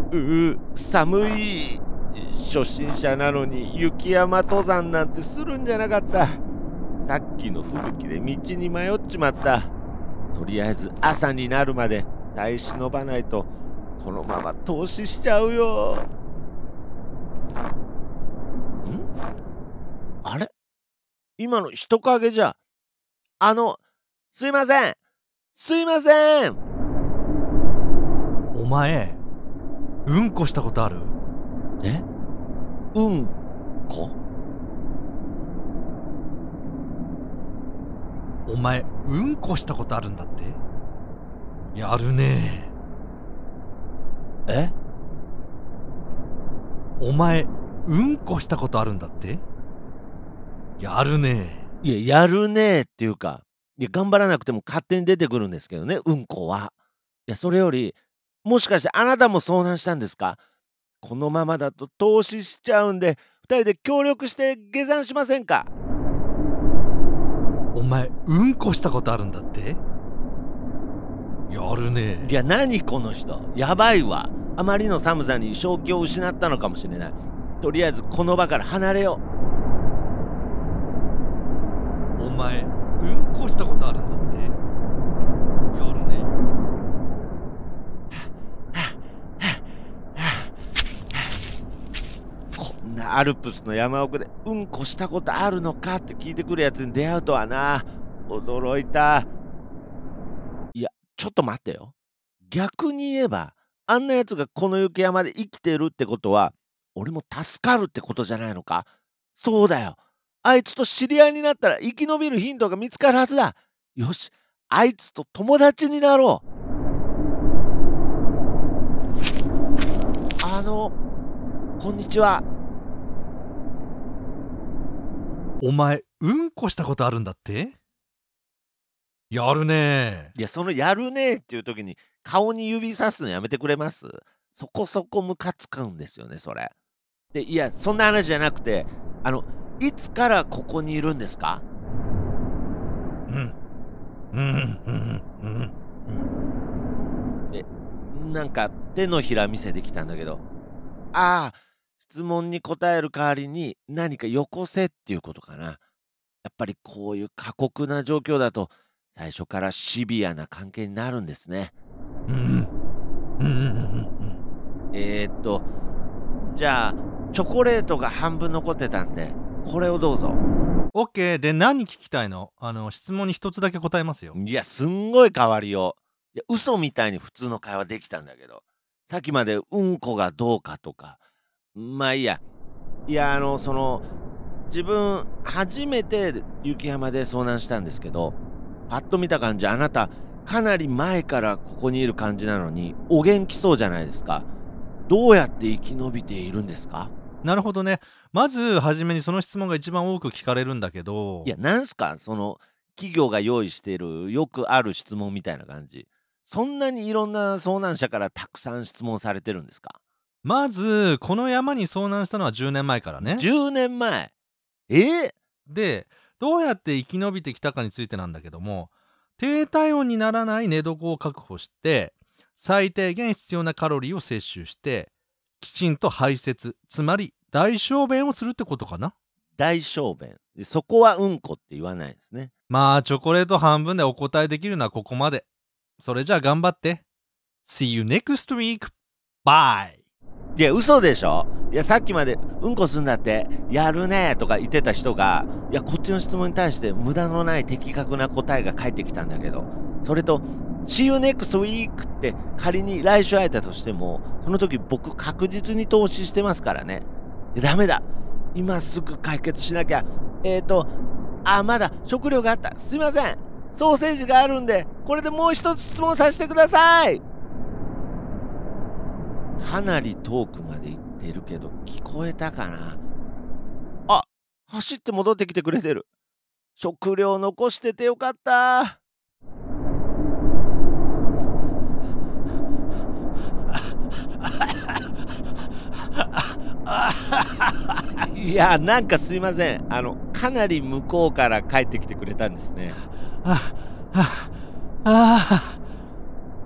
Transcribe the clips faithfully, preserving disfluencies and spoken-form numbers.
うう、寒い。初心者なのに雪山登山なんてするんじゃなかった。さっきの吹雪で道に迷っちまった。とりあえず朝になるまで耐え忍ばないとこのまま凍死しちゃうよ。ん？あれ？今の人影じゃ。あの、すいませんすいません。 お前、うんこしたことある？ え？うんこ？ お前、うんこしたことあるんだって？やるねえ。え？ お前、うんこしたことあるんだって？やるねいや、やるねっていうか、いや、頑張らなくても勝手に出てくるんですけどね、うんこは。いや、それより、もしかしてあなたも遭難したんですか？このままだと凍死しちゃうんで、二人で協力して下山しませんか？ お前、うんこしたことあるんだって？やるねいや、何この人、やばいわ。あまりの寒さに正気を失ったのかもしれない。とりあえずこの場から離れよう。お前、うんこしたことあるんだって？やるねこんなアルプスの山奥でうんこしたことあるのかって聞いてくるやつに出会うとはな。驚いた。いや、ちょっと待ってよ。逆に言えば、あんなやつがこの雪山で生きてるってことは、俺も助かるってことじゃないのか？そうだよ。あいつと知り合いになったら生き延びるヒントが見つかるはずだ。よし、あいつと友達になろう。あの、こんにちは。 お前、うんこしたことあるんだって？やるねいや、そのやるねっていう時に顔に指さすのやめてくれます？そこそこムカつくんですよね、それ。で、いや、そんな話じゃなくて、あの、いつからここにいるんですか？ うん。うん、うん、うん、 うん。え、なんか手のひら見せてきたんだけど。ああ、質問に答える代わりに何かよこせっていうことかな。やっぱりこういう過酷な状況だと、最初からシビアな関係になるんですね。 うん。うん、うん、うん、うん。 えーっと、じゃあ、チョコレートが半分残ってたんで、これをどうぞ。 オッケー。で、何聞きたいの？あの、質問に一つだけ答えますよ。 いや、すんごい変わりよう。いや、嘘みたいに普通の会話できたんだけど、さっきまでうんこがどうかとか、まあいいや。いや、あの、その、自分、初めて雪山で遭難したんですけど、パッと見た感じ、あなた、かなり前からここにいる感じなのに、お元気そうじゃないですか。どうやって生き延びているんですか？ なるほどね。まず、はじめにその質問が一番多く聞かれるんだけど。 いや、なんすかその、企業が用意しているよくある質問みたいな感じ。そんなにいろんな遭難者からたくさん質問されてるんですか？ まず、この山に遭難したのはじゅうねんまえからね。 じゅうねんまえ。えー、 で、どうやって生き延びてきたかについてなんだけども、低体温にならない寝床を確保して、最低限必要なカロリーを摂取して、きちんと排泄、つまり大小便をするってことかな。 大小便。でそこはうんこって言わないですね。 まあ、チョコレート半分でお答えできるのはここまで。それじゃあ頑張って。See you next week. Bye. いや、嘘でしょ？いや、さっきまでうんこすんだってやるねとか言ってた人が、いや、こっちの質問に対して無駄のない的確な答えが返ってきたんだけど、それと See you next week って仮に来週会えたとしても、その時僕確実に投資してますからね。ダメだ、今すぐ解決しなきゃ。えーとあ、まだ食料があった。すいません、ソーセージがあるんでこれでもう一つ質問させてください。かなり遠くまで行ってるけど聞こえたかな。あ、走って戻ってきてくれてる。食料残しててよかった。いや、なんかすいません。あの、かなり向こうから帰ってきてくれたんですね。 あ、あ、あ、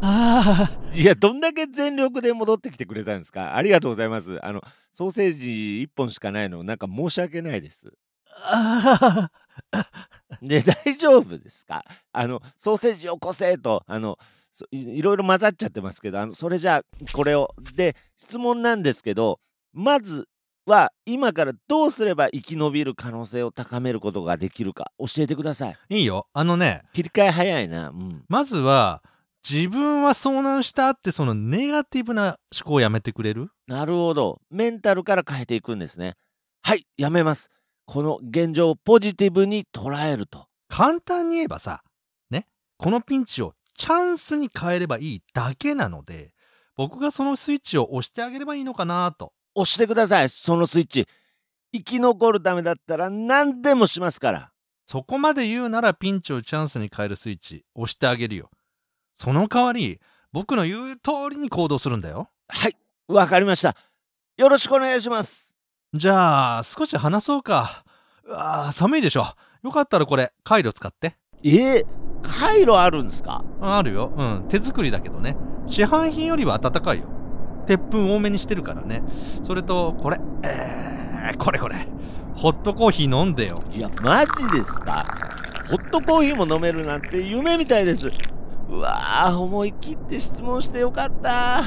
あいや、どんだけ全力で戻ってきてくれたんですか。ありがとうございます。あの、ソーセージいっぽんしかないの、なんか申し訳ないです。 ああで、大丈夫ですか。あの、ソーセージよこせと、あの、そいいろいろ混ざっちゃってますけど、あの、それじゃあ、これを。で、質問なんですけど、まずは、今からどうすれば生き延びる可能性を高めることができるか、教えてください。 いいよ。あのね、 切り替え早いな。うん。 まずは、自分は遭難したってそのネガティブな思考をやめてくれる？ なるほど。メンタルから変えていくんですね。はい、やめます。この現状をポジティブに捉えると。 簡単に言えばさ、ね、このピンチをチャンスに変えればいいだけなので、僕がそのスイッチを押してあげればいいのかなと。 押してください、そのスイッチ。生き残るためだったら何でもしますから。 そこまで言うならピンチをチャンスに変えるスイッチ押してあげるよ。その代わり、僕の言う通りに行動するんだよ。 はい、わかりました。よろしくお願いします。 じゃあ、少し話そうか。うわー、寒いでしょ。よかったらこれ、カイロ使って。 えー、カイロあるんですか？ あるよ。うん。手作りだけどね。市販品よりは暖かいよ。鉄粉多めにしてるからね。それと、これ。えー、これこれ。ホットコーヒー飲んでよ。 いや、マジですか？ホットコーヒーも飲めるなんて夢みたいです。うわー、思い切って質問してよかった。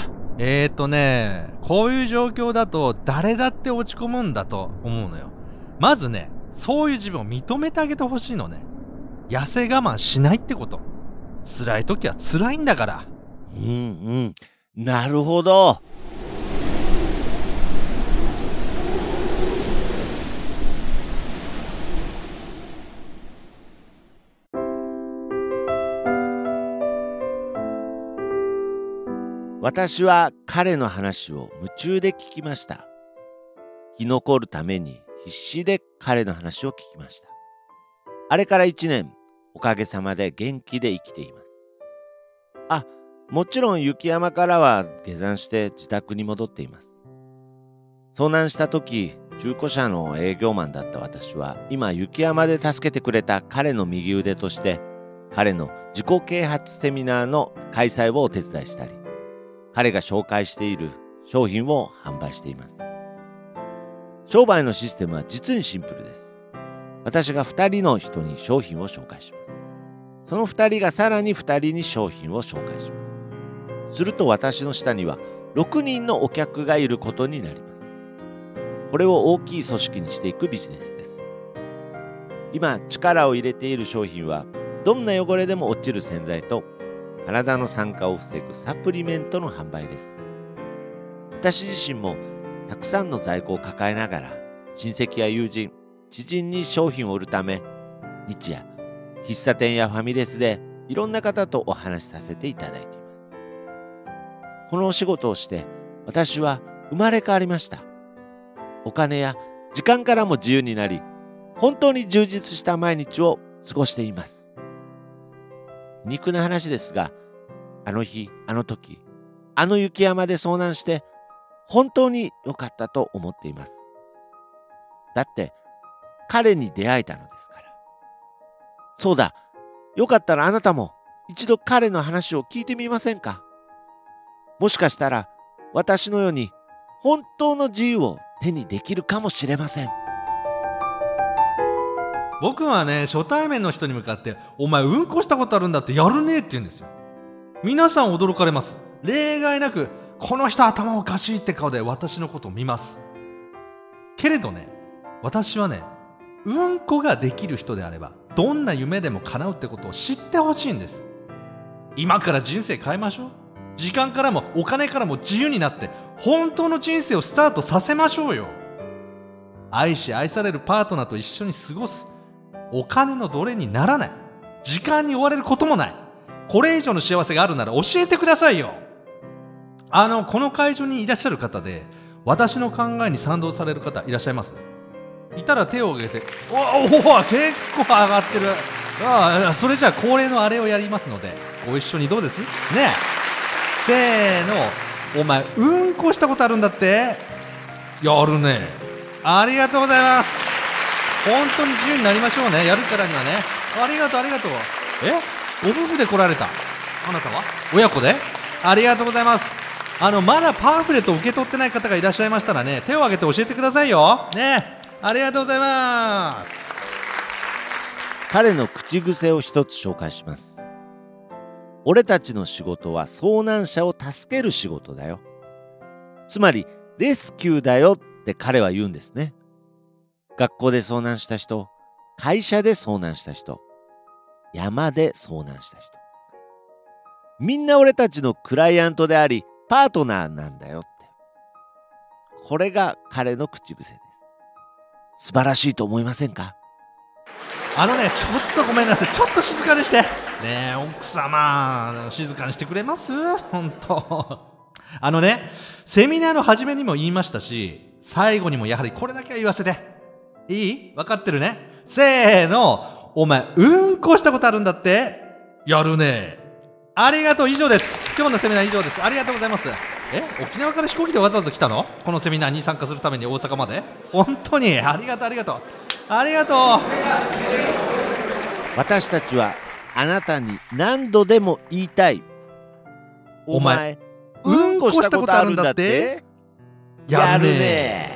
えーとね、こういう状況だと誰だって落ち込むんだと思うのよ。まずね、そういう自分を認めてあげてほしいのね。痩せ我慢しないってこと。辛い時は辛いんだから。 うんうん、なるほど。私は彼の話を夢中で聞きました。生き残るために必死で彼の話を聞きました。あれから一年、おかげさまで元気で生きています。あ、もちろん雪山からは下山して自宅に戻っています。遭難した時、中古車の営業マンだった私は、今雪山で助けてくれた彼の右腕として、彼の自己啓発セミナーの開催をお手伝いしたり、彼が紹介している商品を販売しています。商売のシステムは実にシンプルです。私がふたりの人に商品を紹介します。そのふたりがさらにふたりに商品を紹介します。すると私の下にはろくにんのお客がいることになります。これを大きい組織にしていくビジネスです。今力を入れている商品は、どんな汚れでも落ちる洗剤と体の酸化を防ぐサプリメントの販売です。私自身もたくさんの在庫を抱えながら、親戚や友人、知人に商品を売るため、日夜喫茶店やファミレスでいろんな方とお話しさせていただいています。このお仕事をして私は生まれ変わりました。お金や時間からも自由になり、本当に充実した毎日を過ごしています。皮肉な話ですが、あの日、あの時、あの雪山で遭難して本当に良かったと思っています。だって彼に出会えたのですから。そうだ、よかったらあなたも一度彼の話を聞いてみませんか？もしかしたら私のように本当の自由を手にできるかもしれません。 僕はね、初対面の人に向かってお前うんこしたことあるんだってやるねって言うんですよ。皆さん驚かれます。例外なくこの人頭おかしいって顔で私のことを見ます。けれどね、私はね、うんこができる人であればどんな夢でも叶うってことを知ってほしいんです。今から人生変えましょう。時間からもお金からも自由になって本当の人生をスタートさせましょうよ。愛し愛されるパートナーと一緒に過ごす。お金の奴隷にならない。時間に追われることもない。これ以上の幸せがあるなら教えてくださいよ。あのこの会場にいらっしゃる方で私の考えに賛同される方いらっしゃいます？いたら手を挙げて。おお、結構上がってる。ああ、それじゃあ恒例のあれをやりますのでご一緒にどうですね。せーの。お前うんこしたことあるんだって？やるね。ありがとうございます。本当に自由になりましょうね。やるからにはね。ありがとうありがとう。え、お夫婦で来られた？ あなたは親子で？ありがとうございます。あのまだパンフレットを受け取ってない方がいらっしゃいましたらね、手を挙げて教えてくださいよね。ありがとうございます。 彼の口癖を一つ紹介します。俺たちの仕事は遭難者を助ける仕事だよ。つまりレスキューだよって彼は言うんですね。学校で遭難した人、会社で遭難した人、山で遭難した人、みんな俺たちのクライアントでありパートナーなんだよって。これが彼の口癖です。素晴らしいと思いませんか？ あのね、ちょっとごめんなさい、ちょっと静かにしてねえ、奥様静かにしてくれます？本当あのね、セミナーの初めにも言いましたし、最後にもやはりこれだけは言わせていい？分かってるね。せーの、お前うんこしたことあるんだって？やるね。ありがとう。以上です。今日のセミナー以上です。ありがとうございます。え、沖縄から飛行機でわざわざ来たの？このセミナーに参加するために大阪まで？本当にありがとうありがとうありがとう。 私たちはあなたに何度でも言いたい。お前うんこしたことあるんだって？やるね。